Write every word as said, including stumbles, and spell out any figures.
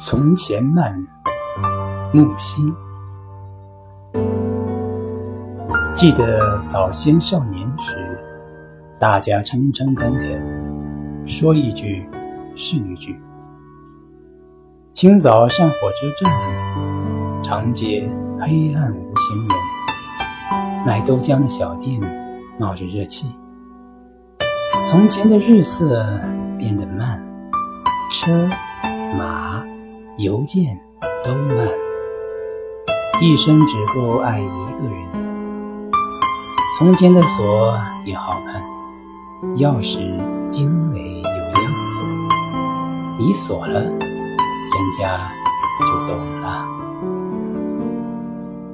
从前慢，木心。记得早先少年时，大家诚诚恳恳，说一句是一句。清早上火车站，长街黑暗无行人，卖豆浆的小店冒着热气。从前的日色变得慢，车马邮件都慢，一生只够爱一个人。从前的锁也好看，钥匙精美有样子，你锁了，人家就懂了。